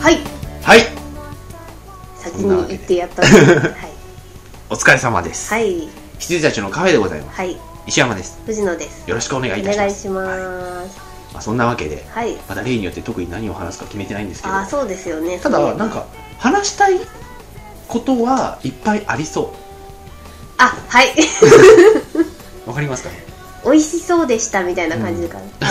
はいはい、 先に言ってやったので、はい、 お疲れ様です。 はい、 羊たちのカフェでございます。 はい、 石山です。 藤野です。 よろしくお願いいたします。 お願いします。 はい、そんなわけで、 はい、 まだ例によって特に何を話すか決めてないんですけど、 あ、そうですよね。 ただなんか話したいことはいっぱいありそう。 あ、はいわかりますかね。 美味しそうでしたみたいな感じかな、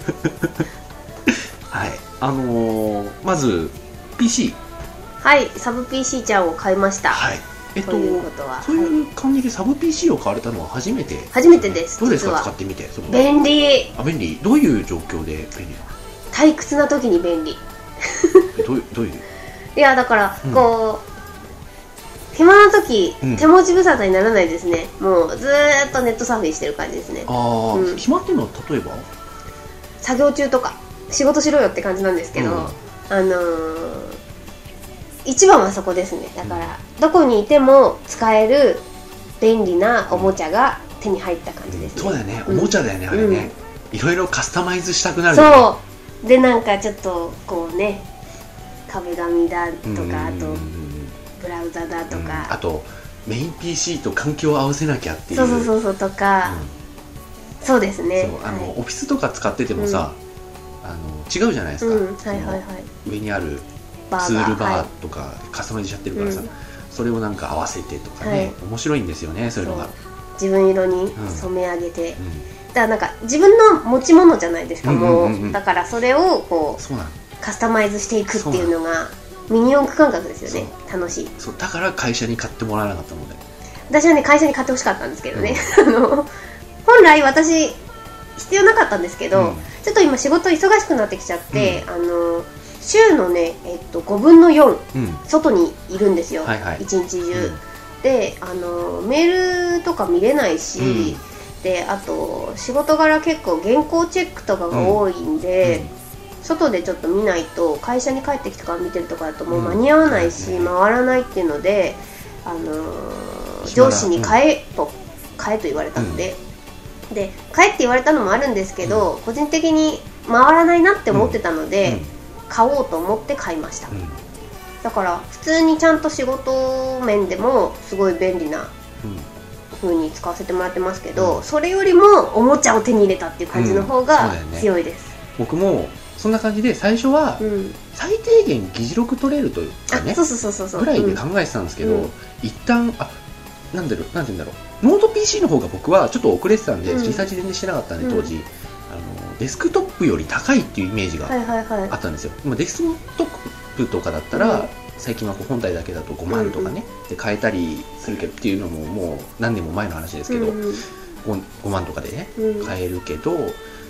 はい、まず PC、 はい、サブ PC ちゃんを買いました。 はい、 ということはそういう感じでサブ PC を買われたのは初めてです。 どうですか、使ってみて。 便利。 あ、便利。どういう状況で便利なの？ 退屈な時に便利どういういやだからこう、暇な時、手持ち無沙汰にならないですね。もうずーっとネットサーフィンしてる感じですね。 ああ、暇っていうのは例えば作業中とか仕事しろよって感じなんですけど、一番はそこですね。だから、どこにいても使える便利なおもちゃが手に入った感じですね。 そうだよね、おもちゃだよね、あれね。いろいろカスタマイズしたくなるよね。そうで、なんかちょっとこうね、壁紙だとか、あとブラウザだとか、 あとメイン PC と環境を合わせなきゃっていう、 そうとか、そうですね。 オフィスとか使っててもさ、違うじゃないですか。上にあるツールバーとかカスタマイズしちゃってるからさ、それをなんか合わせてとかね、面白いんですよね、そういうのが。 自分色に染め上げて、だからなんか自分の持ち物じゃないですか、もう。だからそれをこうカスタマイズしていくっていうのがミニ四駆感覚ですよね。楽しい。 そうだから会社に買ってもらわなかったので、 私はね、会社に買ってほしかったんですけどね、本来私必要なかったんですけど、ちょっと今仕事忙しくなってきちゃって、週のね、5分の4、外にいるんですよ、一日中。で、メールとか見れないし、で、あと仕事柄結構原稿チェックとかが多いんで、外でちょっと見ないと、会社に帰ってきてから見てるとかだともう間に合わないし、回らないっていうので、上司に買えと言われたので、で、買えって言われたのもあるんですけど、個人的に回らないなって思ってたので、買おうと思って買いました。だから普通にちゃんと仕事面でもすごい便利な風に使わせてもらってますけど、それよりもおもちゃを手に入れたっていう感じの方が強いです。 僕もそんな感じで、最初は最低限議事録取れるというかねぐらいで考えてたんですけど、一旦なんて言うんだろう、ノート PC の方が僕はちょっと遅れてたんで、リサーチ全然してなかったんで、当時デスクトップより高いっていうイメージがあったんですよ。デスクトップとかだったら、最近は本体だけだと5万とかね、で買えたりするけどっていうのももう何年も前の話ですけど、5万とかでね買えるけど、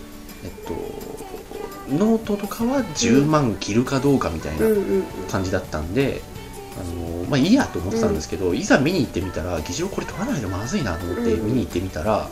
ノートとかは10万切るかどうかみたいな感じだったんで、いいやと思ってたんですけど、いざ見に行ってみたら、議事録これ取らないとまずいなと思って見に行ってみたら、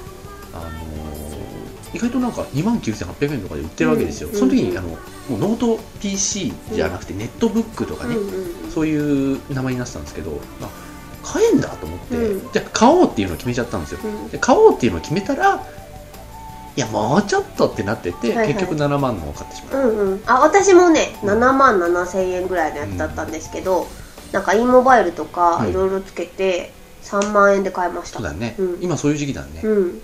意外となんか29,800円とかで売ってるわけですよ。その時にもうノート PC じゃなくてネットブックとかね、そういう名前になってたんですけど、買えんだと思って、じゃあ買おうっていうのを決めちゃったんですよ。で、買おうっていうのを決めたら、いやもうちょっとってなってて、結局7万のを買ってしまう。 私もね、7万7千円ぐらいのやつだったんですけど、なんか e モバイルとかいろいろつけて3万円で買いました。 そうだね、今そういう時期だね。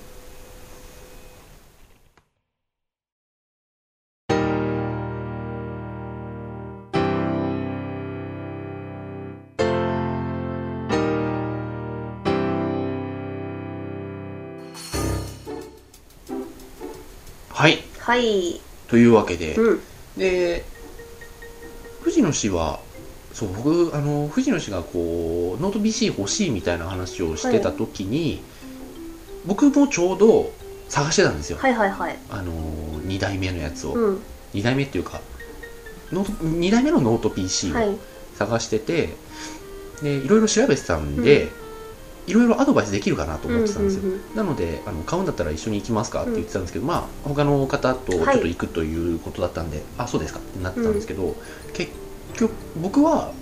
はい、というわけで、で藤野氏は僕藤野氏がこうノート PC 欲しいみたいな話をしてた時に、僕もちょうど探してたんですよ。2代目のやつを、2代目っていうか2代目のノート PC を探してて、でいろいろ調べてたんで、いろいろアドバイスできるかなと思ってたんですよ。なので買うんだったら一緒に行きますかって言ってたんですけど、他の方とちょっと行くということだったんで、あ、そうですかってなってたんですけど、結局僕は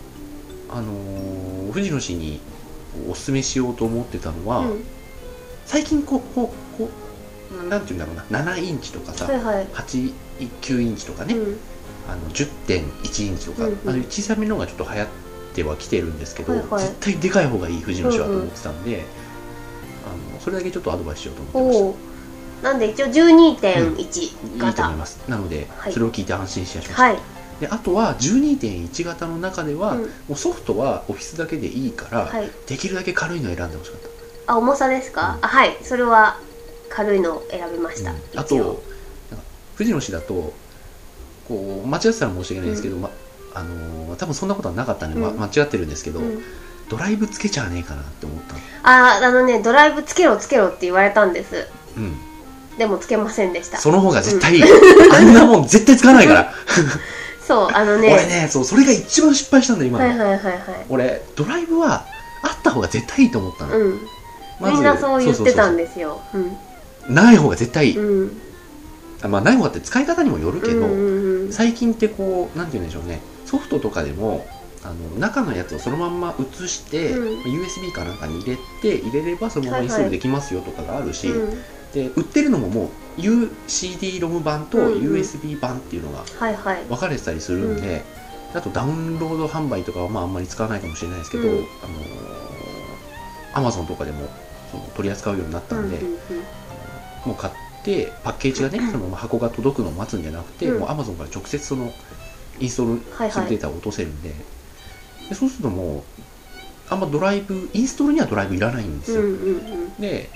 藤野氏におすすめしようと思ってたのは、最近なんていうんだろうな、7インチとかさ、8、9インチとかね、 10.1 インチとか、小さめのがちょっと流行ってはきてるんですけど、 はいはい、 絶対でかい方がいい富士の種はと思ってたんで、それだけちょっとアドバイスしようと思ってました。 なんで一応 12.1 型、 いいと思います。なので、それを聞いて安心しました。 はい、 であとは 12.1 型の中では、もうソフトはオフィスだけでいいから、できるだけ軽いのを選んでほしかった。 あ、重さですか？はい、それは軽いのを選びました。 あとなんか富士の市だとこう間違ってたら申し訳ないですけど、多分そんなことはなかったんで、間違ってるんですけど、ドライブつけちゃわねえかなって思ったの。 ドライブつけろつけろって言われたんです。でもつけませんでした。 その方が絶対いい、あんなもん絶対使わないからそう、俺ね、それが一番失敗したんだ今の。 俺ドライブはあった方が絶対いいと思ったの。 みんなそう言ってたんですよ。 ない方が絶対いい。ない方がって使い方にもよるけど、最近ってこうなんて言うんでしょうね、ソフトとかでも中のやつをそのまんま移して、USB かなんかに入れればそのままインストールできますよとかがあるし、で売ってるのももう CD ロム版と USB 版っていうのが分かれてたりするんで、あとダウンロード販売とかはあんまり使わないかもしれないですけど、Amazon とかでも取り扱うようになったんで、もう買ってパッケージがね、そのまま箱が届くのを待つんじゃなくて、もう Amazon から直接そのインストールするデータを落とせるんで、そうするともうあんまインストールにはドライブいらないんですよ。で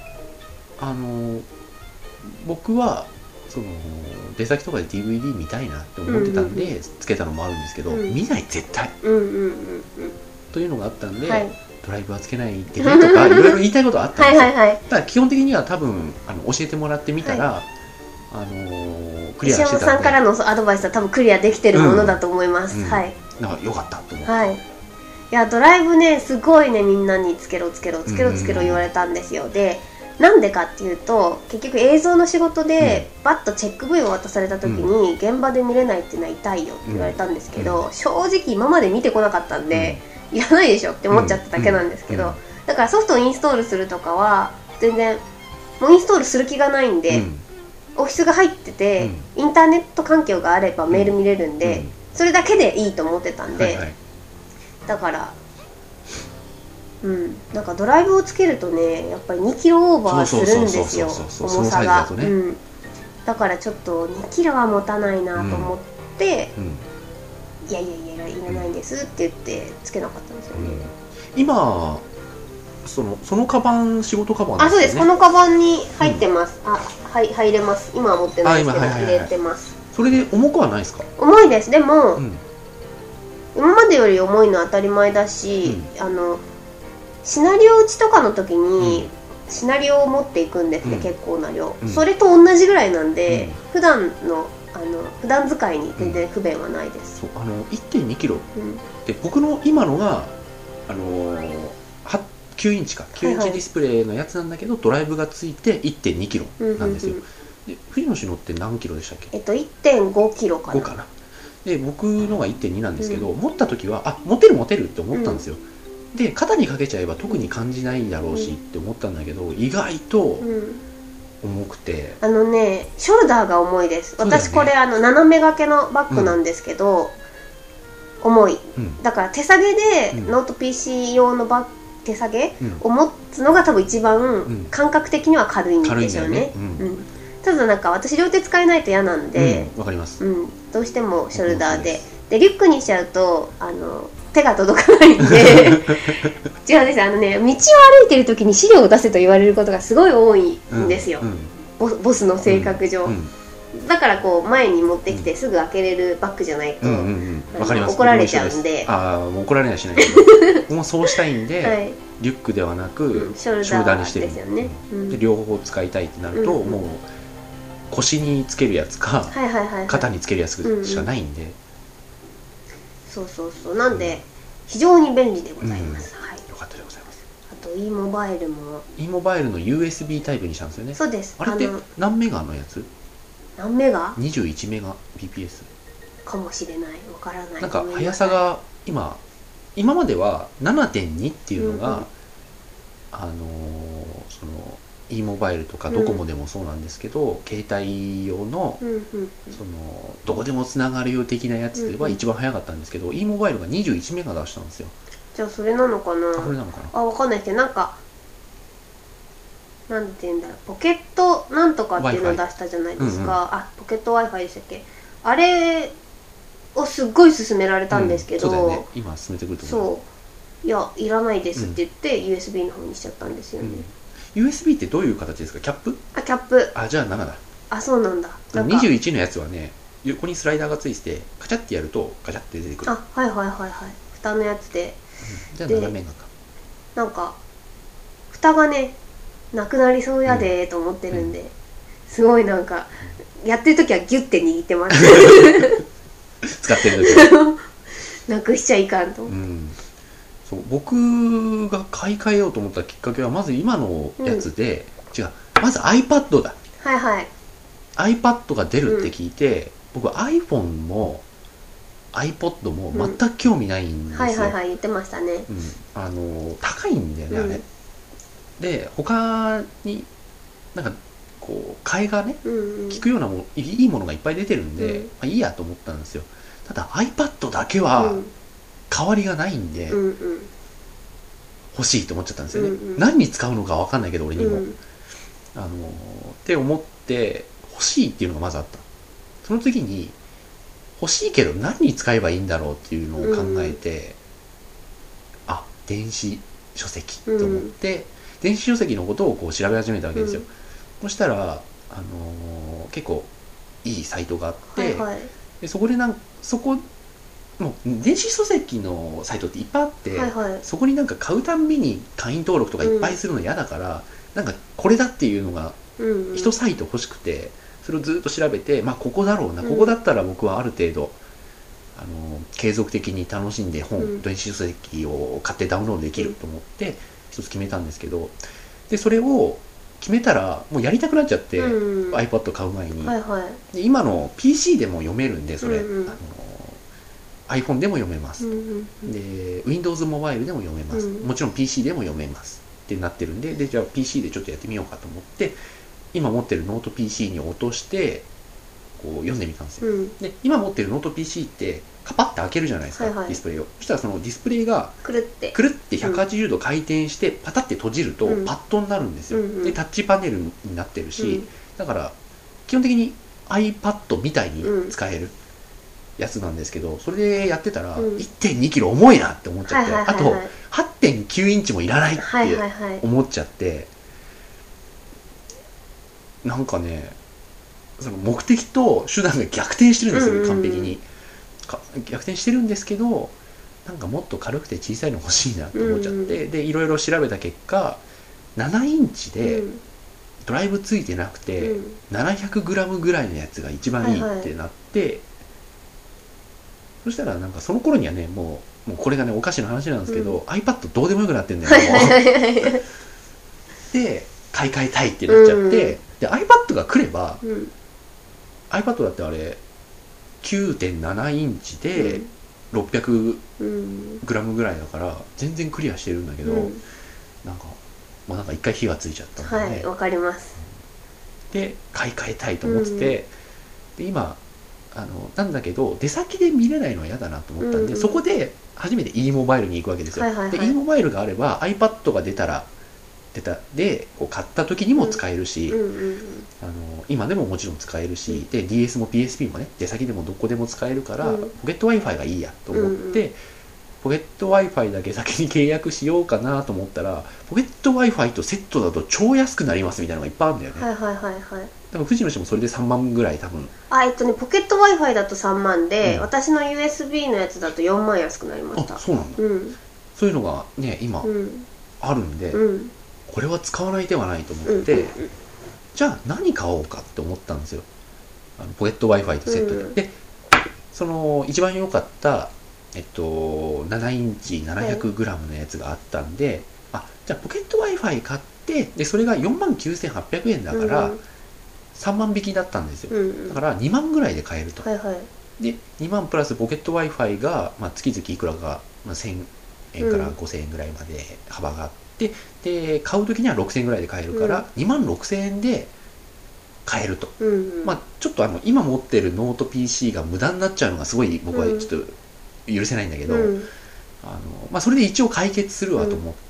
僕はその出先とかで DVD 見たいなって思ってたんでつけたのもあるんですけど、見ない絶対というのがあったんで、ドライブはつけないでねとかいろいろ言いたいことはあったんですよ。ただ基本的には多分教えてもらってみたら、クリアしてたんで、石山さんからのアドバイスは多分クリアできてるものだと思います。だからよかったと思って。 いやドライブね、すごいね、みんなにつけろつけろつけろつけろ言われたんですよ。でなんでかっていうと、結局映像の仕事でバッとチェック V を渡された時に現場で見れないっていうのは痛いよって言われたんですけど、正直今まで見てこなかったんで、いらないでしょって思っちゃっただけなんですけど、だからソフトをインストールするとかは全然もうインストールする気がないんで、オフィスが入っててインターネット環境があればメール見れるんで、それだけでいいと思ってたんで、だからなんかドライブをつけるとね、やっぱり2キロオーバーするんですよ、重さが。だからちょっと2キロは持たないなと思って、いやいらないんですって言ってつけなかったんですよね。 今そのカバン、仕事カバンですよね。 そうです、このカバンに入ってます。入れます。今は持ってないですけど入れてます。 それで重くはないですか？ 重いです。でも今までより重いのは当たり前だし、シナリオ打ちとかの時にシナリオを持っていくんですね、結構な量。それと同じぐらいなんで、普段使いに全然不便はないです。 1.2 キロで、僕の今のが9インチか9インチディスプレイのやつなんだけど、ドライブがついて 1.2 キロなんですよ。で富士の篠って何キロでしたっけ ？1.5 キロかな。 5かな。で僕のが 1.2 なんですけど、持った時は持てるって思ったんですよ。で肩にかけちゃえば特に感じないだろうしって思ったんだけど、意外と重くて、 ショルダーが重いです。私これ斜め掛けのバッグなんですけど、重い。だから手提げでノート PC 用の手提げを持つのが多分一番感覚的には軽いんですよね。ただなんか私両手使えないと嫌なんで、 わかります。 どうしてもショルダーでリュックにしちゃうと手が届かないんで違うんですよ。道を歩いてる時に資料を出せと言われることがすごい多いんですよ、ボスの性格上。だからこう前に持ってきてすぐ開けれるバッグじゃないと怒られちゃうんで。 もう怒られないしないけどもうそうしたいんで、リュックではなくショルダーにしてるんですよね。で両方使いたいってなると、もう腰につけるやつか肩につけるやつしかないんで、 そうなんで非常に便利でございます。 よかったでございます。 あと e モバイルも e モバイルの USB タイプにしたんですよね。 そうです。 あれって何メガのやつ？ 何メガ ？21メガ bps かもしれない。わからない。 なんか速さが今までは 7.2 っていうのが、その e モバイルとかドコモでもそうなんですけど、携帯用の、そのどこでもつながるよ的なやつは一番早かったんですけど、e モバイルが21メガ出したんですよ。 じゃあそれなのかな。 それなのかな。 わかんないけど、なんかなんて言うんだろう、ポケットなんとかっていうのを出したじゃないですか。ポケット Wi-Fi でしたっけ。あれをすっごい勧められたんですけど、 そうだよね、今勧めてくると思う。 そう、いや、いらないですって言って、USB の方にしちゃったんですよね。 USB ってどういう形ですか？キャップ？ キャップ。 じゃあ7だ。 そうなんだ。 21のやつはね、横にスライダーがついてカチャってやるとガチャって出てくる。 蓋のやつで、 じゃあ7メガか。 なんか蓋がねなくなりそうやでと思ってるんで、すごいなんかやってる時はギュッて握ってます使ってる時なくしちゃいかんと、 そう僕が買い替えようと思ったきっかけはまず今のやつで、まず iPad だ。iPad が出るって聞いて、僕 iPhone も iPod も全く興味ないんですよ。 言ってましたね。 高いんだよね、あれ。で他になんかこう替えがね、効くようなもの、いいものがいっぱい出てるんで、いいやと思ったんですよ。ただ iPad だけは代わりがないんで、欲しいと思っちゃったんですよね。何に使うのか分かんないけど俺にも、って思って欲しいっていうのがまずあった。その次に欲しいけど何に使えばいいんだろうっていうのを考えて、電子書籍と思って、電子書籍のことをこう調べ始めたわけですよ。そしたら、結構いいサイトがあって、でそこもう電子書籍のサイトっていっぱいあって、そこになんか買うたんびに会員登録とかいっぱいするの嫌だから、なんかこれだっていうのが一サイト欲しくて、それをずっと調べて、ここだろうな、ここだったら僕はある程度継続的に楽しんで電子書籍を買ってダウンロードできると思って一つ決めたんですけど、でそれを決めたらもうやりたくなっちゃって、iPad 買う前に、で今の PC でも読めるんで、それ、iPhone でも読めます、で Windows モバイルでも読めます、もちろん PC でも読めますってなってるんで、じゃあ PC でちょっとやってみようかと思って今持ってるノート PC に落としてこう読んでみたんですよ、で今持ってるノート PC ってカパッて開けるじゃないですか、ディスプレイを。そしたらそのディスプレイがくるって180度回転してパタッて閉じるとパッドになるんですよ、でタッチパネルになってるし、だから基本的に iPad みたいに使えるやつなんですけど、それでやってたら 1.2 キロ重いなって思っちゃって、あと 8.9 インチもいらないって思っちゃって、なんかねその目的と手段が逆転してるんですよ、完璧に逆転してるんですけど、なんかもっと軽くて小さいの欲しいなと思っちゃって、でいろいろ調べた結果7インチでドライブついてなくて 700g ぐらいのやつが一番いいってなって、そしたらなんかその頃にはねもうこれがねおかしな話なんですけど、iPad どうでもよくなってんだよで買い替えたいってなっちゃって、で iPad が来れば、iPad だってあれ 9.7 インチで600グラムぐらいだから全然クリアしてるんだけど、なんかもうなんか一回火がついちゃったんで、 わかります。 で買い替えたいと思ってて、で今なんだけど出先で見れないのは嫌だなと思ったんで、そこで初めて e モバイルに行くわけですよ。で e モバイルがあれば iPad が出たでこう買った時にも使えるし、今でももちろん使えるし、で DS も PSP もね出先でもどこでも使えるから、ポケット Wi-Fi がいいやと思って、ポケット Wi-Fi だけ先に契約しようかなと思ったら、ポケット Wi-Fi とセットだと超安くなりますみたいなのがいっぱいあるんだよね。多分富士の人もそれで3万ぐらい多分。 ポケット Wi-Fi だと3万で、私の USB のやつだと4万安くなりました。 そうなんだ、そういうのがね今、あるんで、これは使わない手はないと思って、じゃあ何買おうかって思ったんですよ、ポケット Wi-Fi とセットで。でその一番良かった7インチ 700g のやつがあったんで、じゃあポケット Wi-Fi 買って、でそれが 49,800 円だから、3万引きだったんですよ、だから2万ぐらいで買えると、で2万プラスポケット Wi-Fi が、月々いくらか、1000円から5000円ぐらいまで幅があっで買う時には6000円ぐらいで買えるから、2万6000円で買えると、まあ、ちょっと今持ってるノート PC が無駄になっちゃうのがすごい僕はちょっと許せないんだけど、まあ、それで一応解決するわと思って、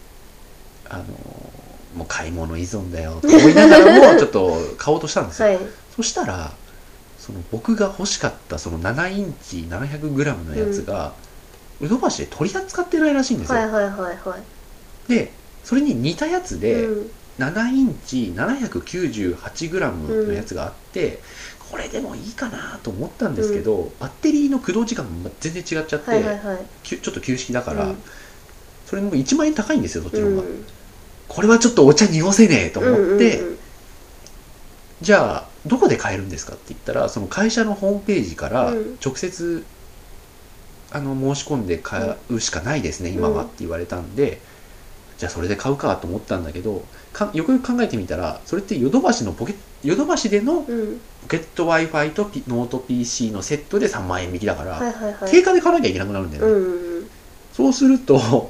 もう買い物依存だよと思いながらもちょっと買おうとしたんですよ、そしたらその僕が欲しかったその7インチ 700g のやつがヨドバシで取り扱ってないらしいんですよ、でそれに似たやつで、7インチ 798g のやつがあって、これでもいいかなと思ったんですけど、バッテリーの駆動時間も全然違っちゃって、ちょっと旧式だから、それも1万円高いんですよ、どっちの方が、これはちょっとお茶濁せねえと思って、じゃあどこで買えるんですかって言ったら、その会社のホームページから直接申し込んで買うしかないですね、今はって言われたんで、じゃあそれで買うかと思ったんだけど、よくよく考えてみたら、それってヨドバシでのポケット Wi-Fi とノート PC のセットで3万円引きだから、定価で買わなきゃいけなくなるんだよね、そうすると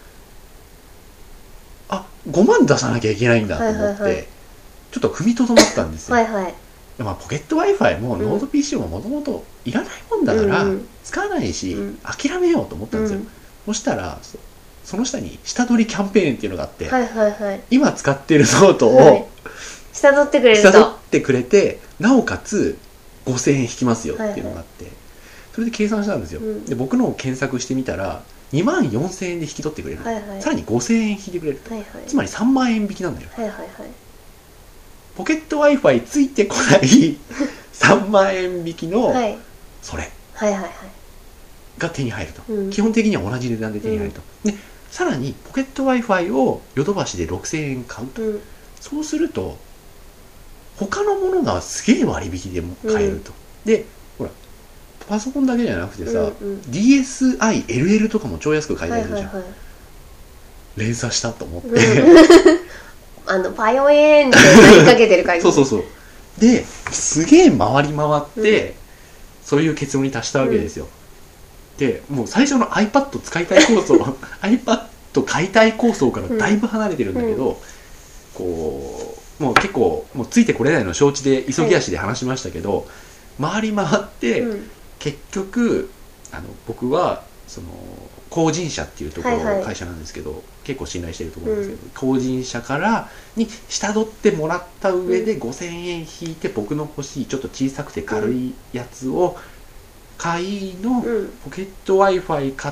5万出さなきゃいけないんだと思って、ちょっと踏みとどまったんですよ、まあ、ポケット Wi-Fi もノート PC ももともといらないもんだから、使わないし、諦めようと思ったんですよ、そしたらその下に下取りキャンペーンっていうのがあって、今使ってるノートを、 下取ってくれると、 下取ってくれて、なおかつ5000円引きますよっていうのがあって、それで計算したんですよ、で僕のを検索してみたら2万4000円で引き取ってくれる、さらに5000円引いてくれると、つまり3万円引きなんだよ、ポケット Wi-Fi ついてこない3万円引きのそれが手に入ると、基本的には同じ値段で手に入ると、でさらにポケット Wi-Fi をヨドバシで6000円買うと、そうすると他のものがすげえ割引でも買えると、でほらパソコンだけじゃなくてさ、DSi-LL とかも超安く買えたりするじゃん、連鎖したと思って、 パヨエーンって何かけてる感じそうですげえ回り回って、そういう結論に達したわけですよ、でもう最初の iPad 使いたい構想iPad 買いたい構想からだいぶ離れてるんだけど、こうもう結構もうついてこれないの承知で急ぎ足で話しましたけど、回り回って、結局僕はその法人社っていうところの会社なんですけど、結構信頼しているところなんですけど、法人社からに下取ってもらった上で5000円引いて、僕の欲しいちょっと小さくて軽いやつを買いのポケット Wi-Fi 買って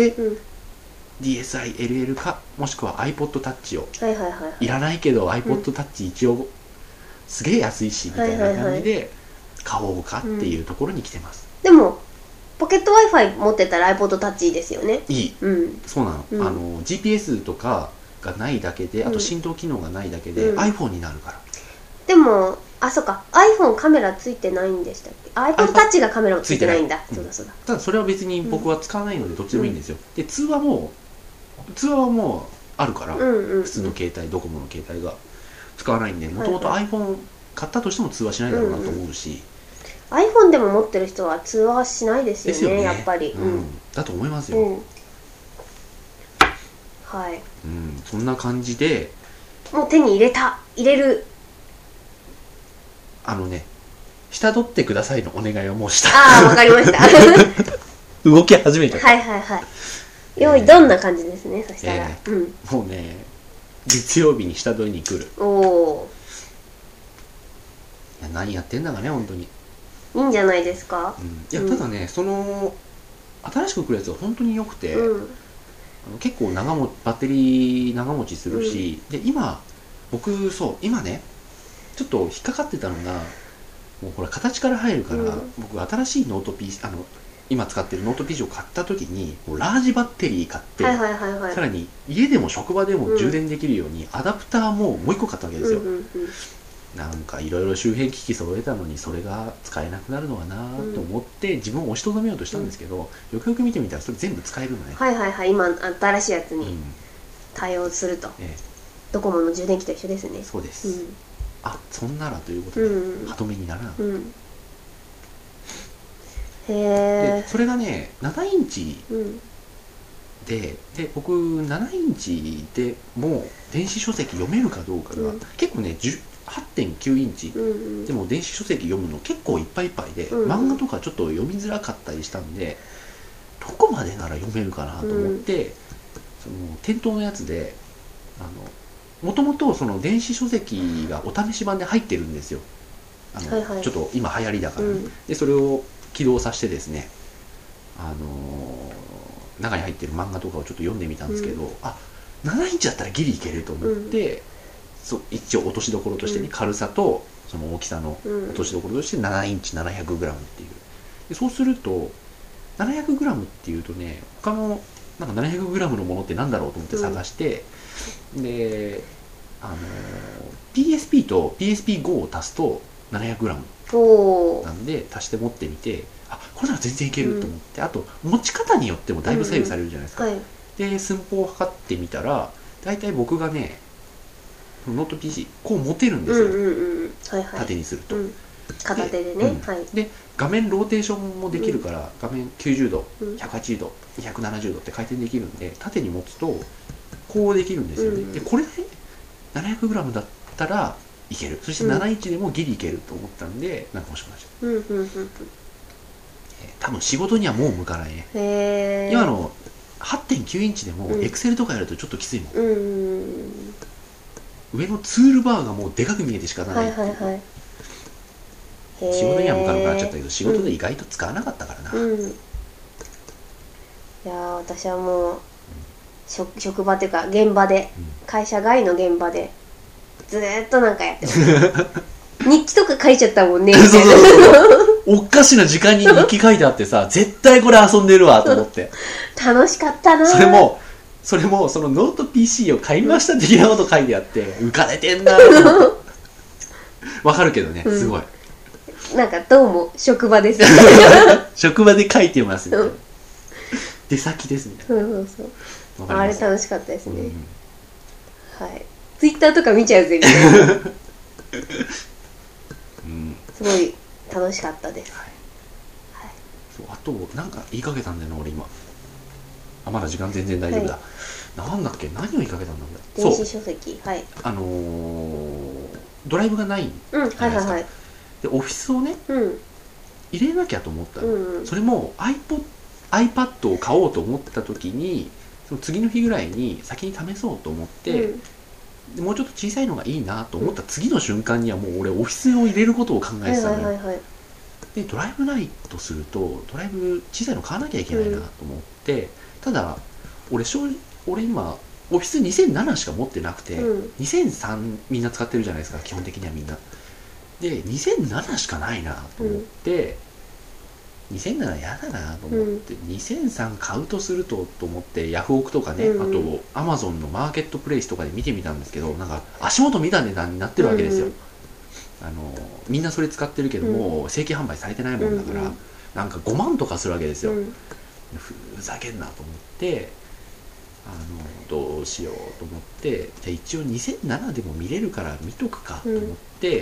、DSi-LL かもしくは iPod Touch を、いらないけど iPod Touch 一応すげえ安いしみたいな感じで買おうかっていうところに来てます、 でもポケット Wi-Fi 持ってたら iPod Touch いいですよね。 いい、そうなの、GPS とかがないだけで、あと振動機能がないだけで、iPhone になるから。 でもそっか、 iPhone カメラついてないんでしたっけ。 iPod Touch がカメラついてないんだ。そうだそうだ。 ただそれは別に僕は使わないのでどっちでもいいんですよ、で通話はもうあるから、普通の携帯、ドコモの携帯が使わないんで、もともと iPhone 買ったとしても通話しないだろうなと思うし、 iPhone でも持ってる人は通話しないですよね、やっぱり、 だと思いますよ、そんな感じでもう手に入れる下取ってくださいのお願いをもうした。 わかりました動き始めちゃった。 用意どんな感じですね、そしたら、 もうね、月曜日に下取りに来る。いや、何やってんだかね、本当にいいんじゃないですか。 いや、ただね、その新しく来るやつは本当に良くて、結構バッテリー長持ちするし、で今ねちょっと引っかかってたのが、もうこれ形から入るから、僕新しいノート PC 今使ってるノート PC を買った時にもうラージバッテリー買って、さらに家でも職場でも充電できるようにアダプターもう一個買ったわけですよ、なんかいろいろ周辺機器揃えたのにそれが使えなくなるのはなと思って自分を押しとどめようとしたんですけど、よくよく見てみたらそれ全部使えるのね。 今新しいやつに対応すると、ドコモの充電器と一緒ですね。 そうです、そんならということで歯止めにならなかった、でそれがね7インチで僕7インチでも電子書籍読めるかどうかが、結構ね8.9 インチでも電子書籍読むの結構いっぱいいっぱいで、漫画とかちょっと読みづらかったりしたんで、どこまでなら読めるかなと思って、その店頭のやつでもともとその電子書籍がお試し版で入ってるんですよ。ちょっと今流行りだから、でそれを起動させてですね、中に入ってる漫画とかをちょっと読んでみたんですけど、7インチだったらギリいけると思って、一応落としどころとしてね、軽さとその大きさの落としどころとして7インチ 700g っていう。でそうすると 700g っていうとね、他のなんか 700g のものってなんだろうと思って探して、でPSP と PSP-GO を足すと 700g なんで足して持ってみて、これなら全然いけると思って、あと持ち方によってもだいぶ左右されるじゃないですか。で寸法を測ってみたら、だいたい僕がねノート PC こう持てるんですよ、縦にすると、 片手でね、 で画面ローテーションもできるから、画面90度、180度、270度って回転できるんで、縦に持つとこうできるんですよね。でこれで 700g だったらいける、そして7インチでもギリいけると思ったんで、なんか欲しくなっちゃった。多分仕事にはもう向かないね。今の 8.9 インチでもエクセルとかやるとちょっときついもん、上のツールバーがもうでかく見えて仕方ないっていう、仕事には向かなくなっちゃったけど、仕事で意外と使わなかったからな。 いや私はもう職場っていうか現場で、会社外の現場でずーっとなんかやってます日記とか書いちゃったもんね。 おっかしな時間に日記書いてあってさ、絶対これ遊んでるわと思って楽しかったな。 それもそのノート PC を買いました的なこと書いてあって、浮かれてんなと思ってわかるけどね、すごい、 なんかどうも職場です職場で書いてますみたいな、出先ですみたいな。 あれ楽しかったですね、はい。ツイッターとか見ちゃうぜみたいなすごい楽しかったです。 そうあとなんか言いかけたんだよな俺今。まだ時間全然大丈夫だ、なんだっけ、何を言いかけたんだろう。 電子書籍、 ドライブがないじゃないですか。でオフィスをね、入れなきゃと思ったの、それも iPad を買おうと思った時に、その次の日ぐらいに先に試そうと思って、でもうちょっと小さいのがいいなと思った次の瞬間にはもう俺オフィスを入れることを考えてたのよ。でドライブないとするとドライブ小さいの買わなきゃいけないなと思って、ただ俺今オフィス2007しか持ってなくて、2003みんな使ってるじゃないですか、基本的にはみんなで。2007しかないなと思って、2007やだなと思って、2003買うとすると思ってヤフオクとかね、あとアマゾンのマーケットプレイスとかで見てみたんですけど、なんか足元見た値段になってるわけですよ、みんなそれ使ってるけども、正規販売されてないもんだから、なんか5万とかするわけですよ、ふざけんなと思って、どうしようと思って、じゃあ一応2007でも見れるから見とくかと思って、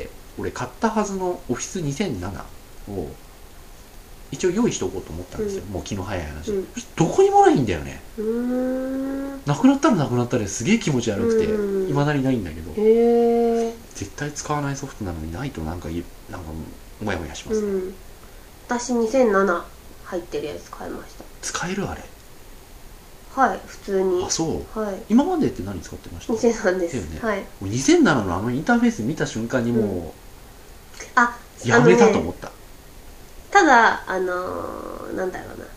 俺買ったはずのオフィス2007を一応用意しとこうと思ったんですよ、もう気の早い話、どこにもないんだよね。なくなったらなくなったですげえ気持ち悪くて、いまだにないんだけど、絶対使わないソフトなのにないとなんかモヤモヤしますね、 私2007入ってるやつ買いました。 使えるあれ。 はい、普通に。 そう、今までって何使ってました？ 2003 ですよね。 2007のインターフェース見た瞬間にもう、やめたと思った。 ただなんだろうな、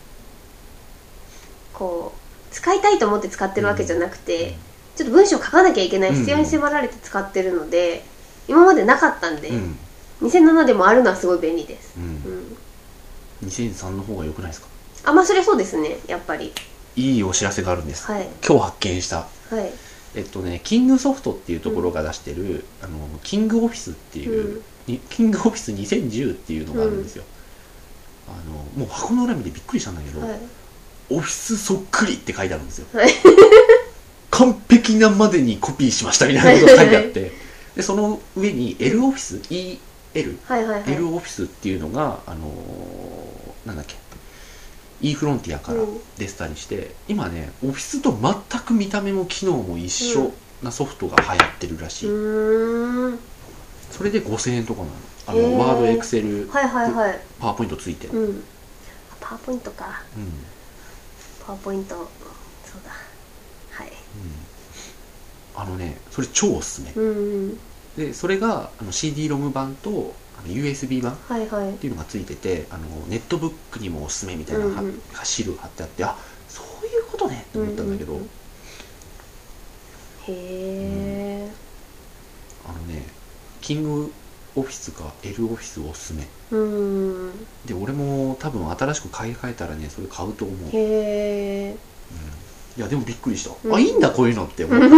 こう使いたいと思って使ってるわけじゃなくて、ちょっと文章書かなきゃいけない必要に迫られて使ってるので、今までなかったんで、2007でもあるのはすごい便利です。 2003の方が良くないですか？ それそうですね、やっぱり。いいお知らせがあるんです、今日発見した。キングソフトっていうところが出してる、キングオフィスっていう、キングオフィス2010っていうのがあるんですよ。もう箱の裏見てびっくりしたんだけど、オフィスそっくりって書いてあるんですよ、完璧なまでにコピーしましたみたいなことが書いてあってでその上に L オフィス L オフィスっていうのがなんだっけ E フロンティアから出てたりして、今ねオフィスと全く見た目も機能も一緒なソフトが流行ってるらしい、それで5000円とかなの。ワードエクセル、 はいはいはい、 パワーポイントついてる、 パワーポイントか、パワーポイント、そうだ、はい、 それ超おすすめ、でそれがCD ロム版とUSB 版っていうのがついてて、ネットブックにもおすすめみたいなシールが貼ってあって、あ、そういうことねって思ったんだけど、へえ、 キングオフィスか L オフィスおすすめで、俺も多分新しく買い替えたらねそれ買うと思う。 へえ、 いやでもびっくりした、あ、いいんだこういうのって思った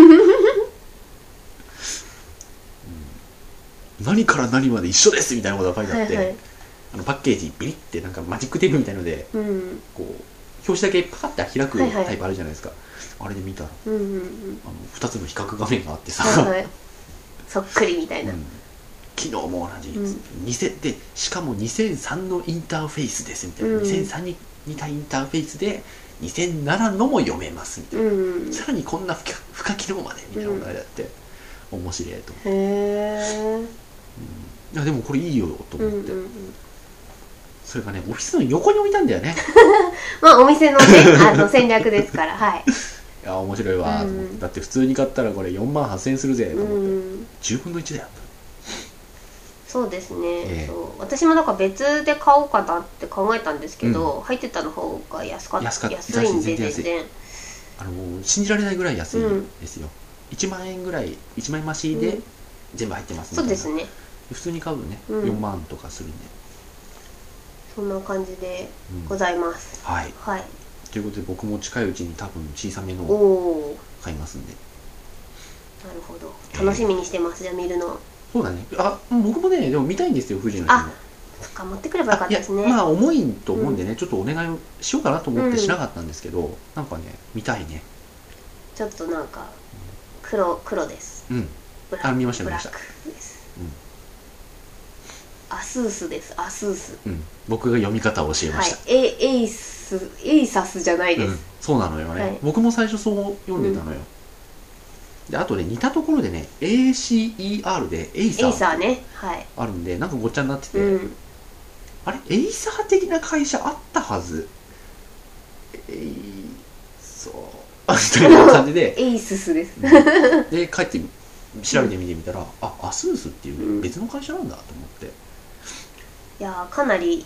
何から何まで一緒ですみたいなことが書いてあって、パッケージビリってなんかマジックテープみたいので、こう表紙だけパカッて開くタイプあるじゃないですか、あれで見たら、2つの比較画面があってさ、 そっくりみたいな、 機能も同じ、でしかも2003のインターフェースですみたいな、2003に似たインターフェースで2007のも読めますみたいな、さらにこんな付加機能までみたいなことがあって面白いと思って、へえ、いやでもこれいいよと思って、それがねオフィスの横に置いたんだよねまあお店のね戦略ですから、はい、 いや面白いわと思って、だって普通に買ったらこれ4万8000円するぜと思って、10分の1だよ。 そうですね、そう私もなんか別で買おうかなって考えたんですけど、入ってたの方が安いんで、全然信じられないぐらい安いですよ、1万円ぐらい、1万円増しで全部入ってますみたいな、そうですね、普通に買うとね、4万とかするんで、 そんな感じでございます、 はい、ということで僕も近いうちに多分小さめのを買いますんで、 なるほど、楽しみにしてます、じゃあ見るの。 そうだね、僕もねでも見たいんですよ、富士の日も。 そっか、持ってくればよかったですね。 まあ重いと思うんでね、ちょっとお願いをしようかなと思ってしなかったんですけど、なんかね見たいね。 ちょっとなんか黒です。 見ました見ました。 アスースです、アスース。 僕が読み方を教えました。 エイサスじゃないです。 そうなのよね。僕も最初そう読んでたのよ。であとね似たところでね ACER でエイサーね、あるんでなんかごっちゃになってて、あれエイサー的な会社あったはず、そうみたいな感じでエイススですで帰って調べてみてみたら、アスースっていう別の会社なんだと思って、 いやかなり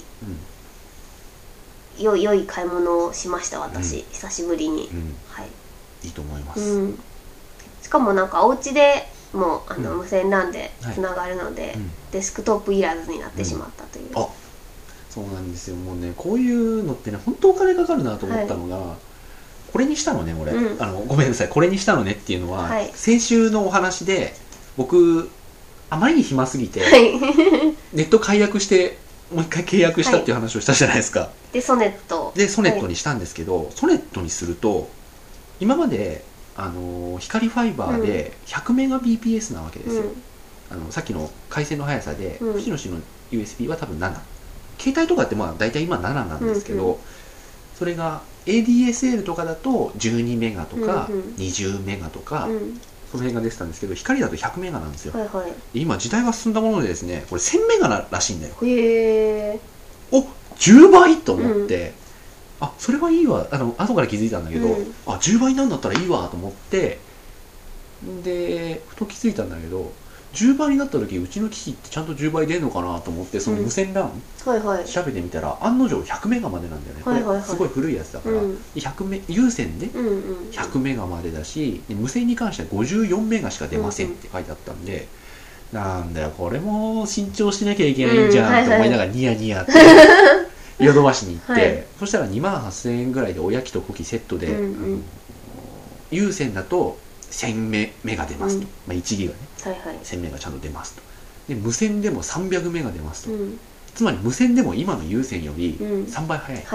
良い買い物をしました私、久しぶりに、 いいと思います。 しかもなんかお家でも無線 LAN でつながるので、デスクトップいらずになってしまったという、 そうなんですよ。もうねこういうのってね本当お金かかるなと思ったのが、これにしたのね俺、ごめんなさい、これにしたのねっていうのは、先週のお話で僕あまりに暇すぎて、ネット解約してもう一回契約したっていう話をしたじゃないですか、 でソネットにしたんですけど、ソネットにすると今まで光ファイバーで100メガ BPS なわけですよ、さっきの回線の速さで、富士の市の USB は多分7、携帯とかってまあ大体今7なんですけど、それが ADSL とかだと12メガとか20メガとか、その辺が出てたんですけど、光だと100メガなんですよ、今時代が進んだものでですね、これ1000メガらしいんだよ。へー、お、10倍と思って、それはいいわ、後から気づいたんだけど、10倍なんだったらいいわと思って、でふと気づいたんだけど、10倍になった時うちの機器ってちゃんと10倍出るのかなと思って、その無線 LAN 調べてみたら、案の定100メガまでなんだよね。これすごい古いやつだから、有線で100メガまでだし、無線に関しては54メガしか出ませんって書いてあったんで、なんだよこれも新調しなきゃいけないんじゃんと思いながらニヤニヤってヨドバシに行って、そしたら2万8000円ぐらいでおやきとコキセットで、有線だと1000メガ出ますと、1ギガね、1000メガちゃんと出ますと。で無線でも300メガ出ますと、つまり無線でも今の有線より3倍速い、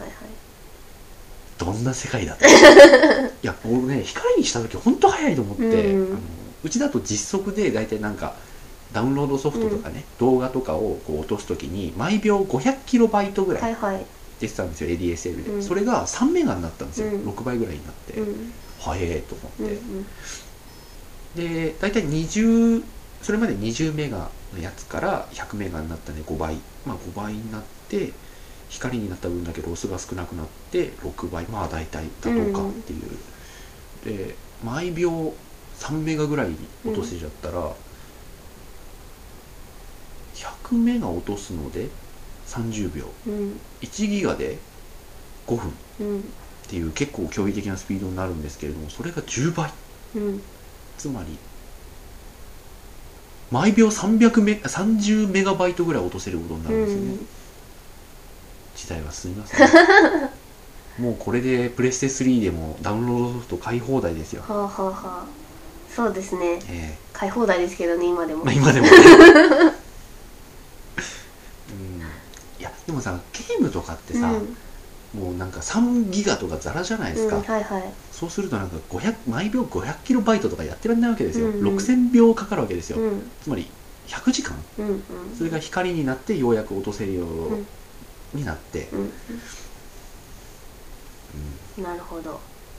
どんな世界だったいや俺ね光にした時本当速いと思って、うちだと実測で大体なんかダウンロードソフトとかね、動画とかをこう落とす時に毎秒500キロバイトぐらい出てたんですよ ADSL で、 うん、 それが3メガになったんですよ、 うん、 6倍ぐらいになって、 うん、 はえーと思って、 うんで大体20それまで20メガのやつから100メガになったんで5倍、まあ5倍になって光になった分だけロスが少なくなって6倍、まあ大体妥当かっていう、で毎秒3メガぐらいに落とせちゃったら、100メガ落とすので30秒、1ギガで5分っていう結構驚異的なスピードになるんですけれども、それが10倍、つまり毎秒30メガバイトぐらい落とせることになるんですよね、時代は進みますねもうこれでプレステ3でもダウンロードソフト買い放題ですよ。 はあはあはあ、そうですね、買い放題ですけどね今でも、 まあ、今でもねいやでもさゲームとかってさ、もうなんか3ギガとかザラじゃないですか、 はいはい、 そうするとなんか毎秒500キロバイトとかやってらんないわけですよ、6000秒かかるわけですよ、つまり100時間、それが光になってようやく落とせるようになって、 なるほど、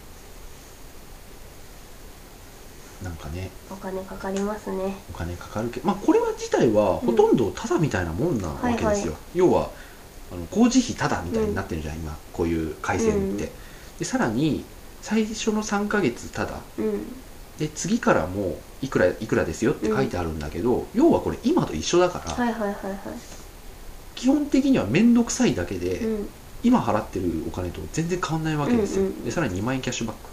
なんかねお金かかりますね。 お金かかるけど、まあこれは自体はほとんどタダみたいなもんなわけですよ、要は工事費タダみたいになってるじゃん、今こういう回線って、でさらに最初の3ヶ月タダ、で次からもいくらですよって書いてあるんだけど、要はこれ今と一緒だから、基本的には面倒くさいだけで、今払ってるお金と全然変わんないわけですよ、でさらに2万円キャッシュバッ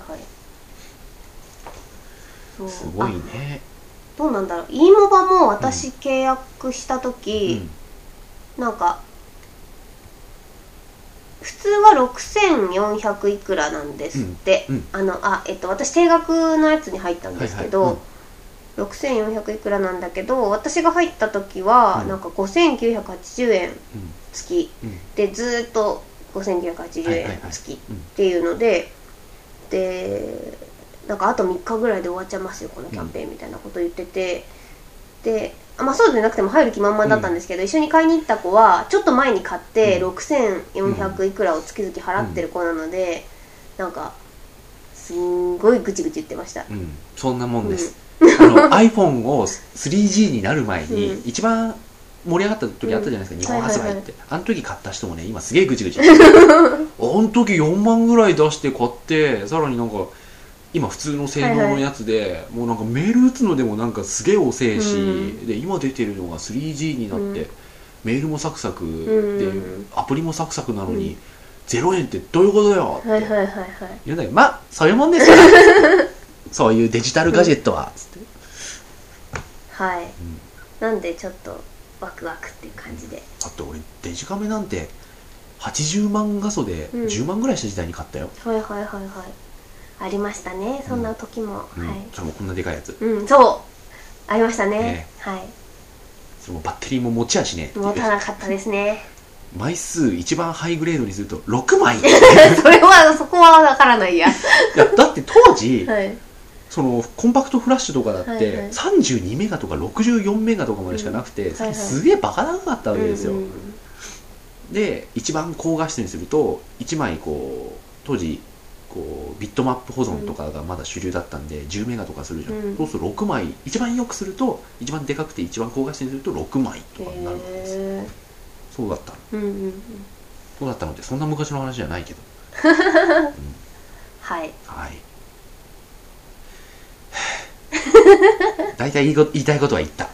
ク、すごいね。 どうなんだろう、e モバも私契約した時、なんか普通は6400いくらなんですって、私定額のやつに入ったんですけど、6400いくらなんだけど、私が入った時はなんか5980円月、でずっと5980円月っていうので、でなんかあと3日ぐらいで終わっちゃいますよこのキャンペーンみたいなこと言ってて、でまあそうでなくても入る気満々だったんですけど、一緒に買いに行った子はちょっと前に買って6400いくらを月々払ってる子なので、なんかすんごいぐちぐち言ってました。 そんなもんです、iPhone を 3G になる前に一番盛り上がった時あったじゃないですか、日本発売って、あの時買った人もね今すげえぐちぐちあの時4万ぐらい出して買って、さらになんか今普通の性能のやつで、もうなんかメール打つのでもなんかすげえ遅えし、で今出てるのが 3G になって、メールもサクサクで、アプリもサクサクなのに、0円ってどういうことだよって言うんだけど、まあそういうもんですからそういうデジタルガジェットはつって、 なんでちょっとワクワクっていう感じで、 だって俺デジカメなんて80万画素で10万ぐらいした時代に買ったよ、 ありましたね、そんな時も、 それもこんなでかいやつ、 そうありましたね、 それもバッテリーも持ちやしね持たなかったですね枚数一番ハイグレードにすると6枚そこはわからないやいやだって当時、そのコンパクトフラッシュとかだって32メガとか64メガとかまでしかなくて、すげえバカ長かったわけですよ、で一番高画質にすると1枚こう当時こうビットマップ保存とかがまだ主流だったんで10メガとかするじゃん、そうすると6枚一番よくすると、一番でかくて一番高画質にすると6枚とかになるんですよ、そうだったの、そうだったのでそんな昔の話じゃないけど大体言いたいことは言った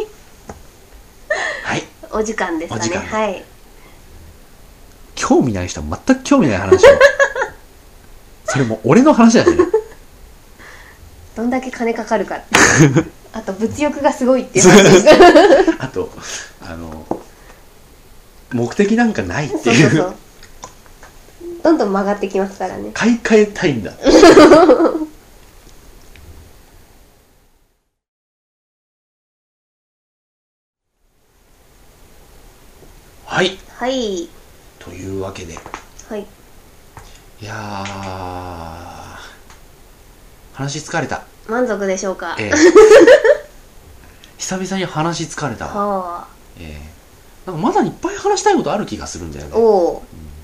お時間ですかね。 興味ない人は全く興味ない話をそれも俺の話だしねどんだけ金かかるかってあと物欲がすごいっていう話でしたあと目的なんかないっていう、 どんどん曲がってきますからね。 買い替えたいんだというわけで、いや話疲れた。 満足でしょうか。 久々に話疲れたわ。なんかまだいっぱい話したいことある気がするんだよね。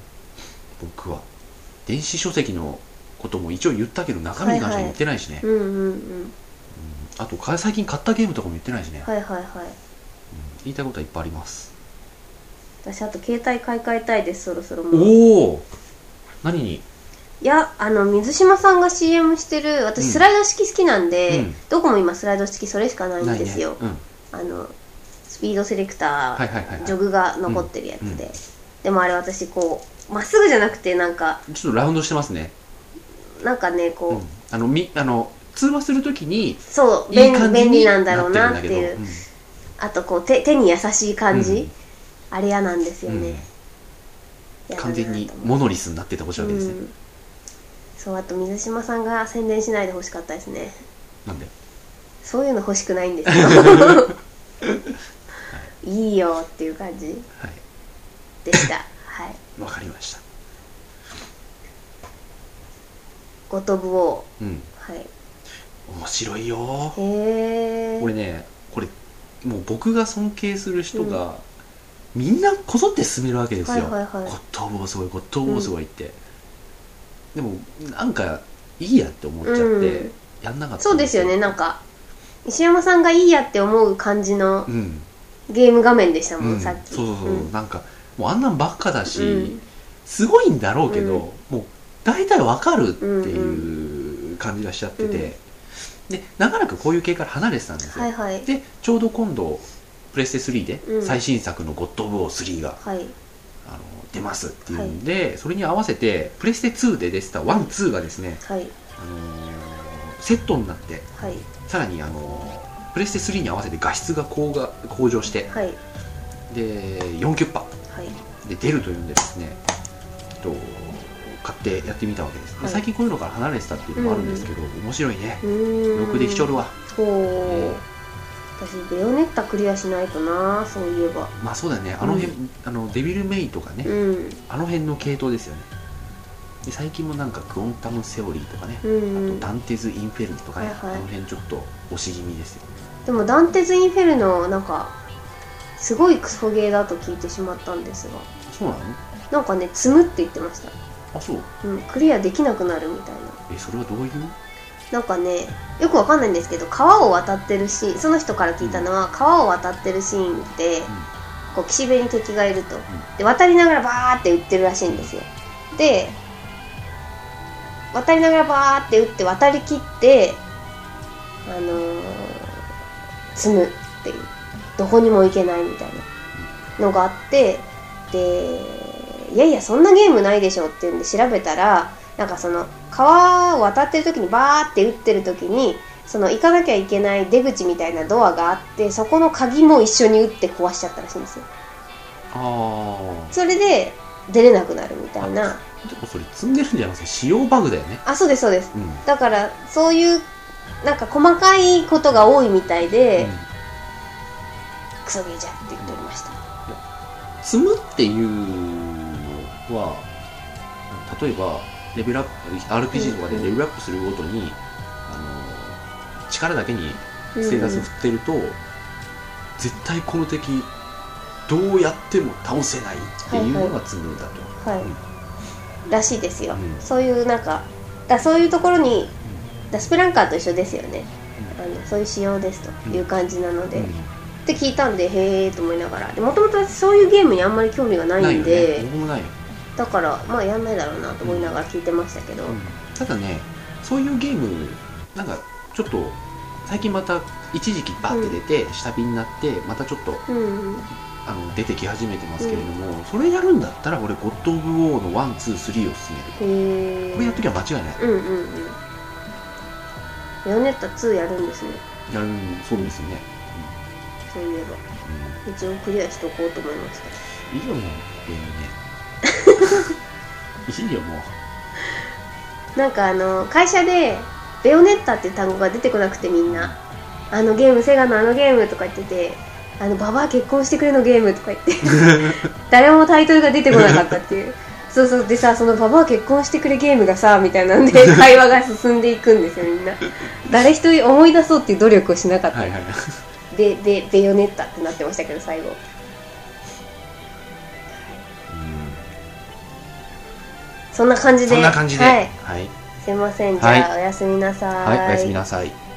僕は電子書籍のことも一応言ったけど中身に関しては言ってないしね、あと最近買ったゲームとかも言ってないしね、言いたいことはいっぱいあります。 私あと携帯買い替えたいです、そろそろ。もうおお、何に？ いや、水島さんが CM してる、私スライド式好きなんで、どこも今スライド式それしかないんですよ、スピードセレクター、ジョグが残ってるやつで、でもあれ私こうまっすぐじゃなくてなんかちょっとラウンドしてますね。 なんかねこう、 通話するときにそう便利なんだろうなっていう、あとこう手に優しい感じ、あれ嫌なんですよね、 完全にモノリスになっててほしいわけですね、 そう、あと水島さんが宣伝しないでほしかったですね。 なんで？ そういうの欲しくないんですよいいよっていう感じでした。はい、 わかりました。 ゴトブオー、はい、 面白いよ。 へえ。 これね、これもう僕が尊敬する人が、みんなこぞって進めるわけですよ。ゴッドオブオーすごい、ゴッドオブオーすごいって、でもなんかいいやって思っちゃって、やんなかった。 そうですよね、なんか石山さんがいいやって思う感じのゲーム画面でしたもん、さっき。 そう、なんかもうあんなんばっかだし、すごいんだろうけど、もう大体わかるっていう感じがしちゃってて、で長らくこういう系から離れてたんですよ、でちょうど今度プレステ3で最新作のゴッドオブオー3が、出ますっていうんで、それに合わせてプレステ2で出てた1、2がですね、セットになって、さらにプレステ3に合わせて画質が向上して、で4キュッパで出るというんでですね、買ってやってみたわけです、最近こういうのから離れてたっていうのもあるんですけど、面白いね。よくできちょるわ。 私ベヨネッタクリアしないとな、そういえば。 まあそうだよね、あの辺、デビルメイとかね、あの辺の系統ですよね。で最近もなんかクオンタムセオリーとかね、あとダンテズ・インフェルノとかね、あの辺ちょっと押し気味ですよ。 でもダンテズ・インフェルノなんかすごいクソゲーだと聞いてしまったんですが。 そうなの？ なんかね、積むって言ってました。 あ、そう、 クリアできなくなるみたいな。 それはどういう？ なんかね、よくわかんないんですけど、川を渡ってるシーン、その人から聞いたのは、川を渡ってるシーンで、こう岸辺に敵がいると、で渡りながらバーって撃ってるらしいんですよ。で渡りながらバーって撃って渡りきって積むっていう、どこにも行けないみたいなのがあって、でいやいやそんなゲームないでしょっていうんで調べたら、なんかその川を渡ってる時にバーって打ってる時に、その行かなきゃいけない出口みたいなドアがあって、そこの鍵も一緒に打って壊しちゃったらしいんですよ。それで出れなくなるみたいな。 でもそれ積んでるんじゃなくて使用バグだよね。 そうですそうです、だからそういうなんか細かいことが多いみたいで、クソゲーじゃって言っておりました。 積むっていうのは、例えばレベルアップ RPG とかでレベルアップするごとに、力だけにステータス振ってると、絶対この敵どうやっても倒せないっていうのが積むだと、らしいですよ、そういうなんかそういうところに、スプランカーと一緒ですよね、そういう仕様ですという感じなので、って聞いたんで、へえと思いながら、もともとそういうゲームにあんまり興味がないんで、 僕もないよ。 だからまあやんないだろうなと思いながら聞いてましたけど、 ただね、そういうゲームなんかちょっと最近また一時期バッて出て、下火になってまたちょっと、出てき始めてますけれども、それやるんだったら俺ゴッド・オブ・ウォーの1、2、3を進める。これやっときゃ間違いない。 ベヨネッタ2やるんですね。 やる、そうですね、 そういえば、一応クリアしとこうと思いました。 いいよもうゲームねいいよもう。なんか会社でベヨネッタっていう単語が出てこなくて、みんなゲーム、セガのゲームとか言ってて、ババア結婚してくれのゲームとか言って誰もタイトルが出てこなかったっていうそうでさ、そのババア結婚してくれゲームがさみたいなんで会話が進んでいくんですよ。みんな誰一人思い出そうっていう努力をしなかった。でベヨネッタってなってましたけど、最後。 そんな感じで。 そんな感じで。 はい。 はい。 すいません。じゃあ、おやすみなさい。 はい、おやすみなさい。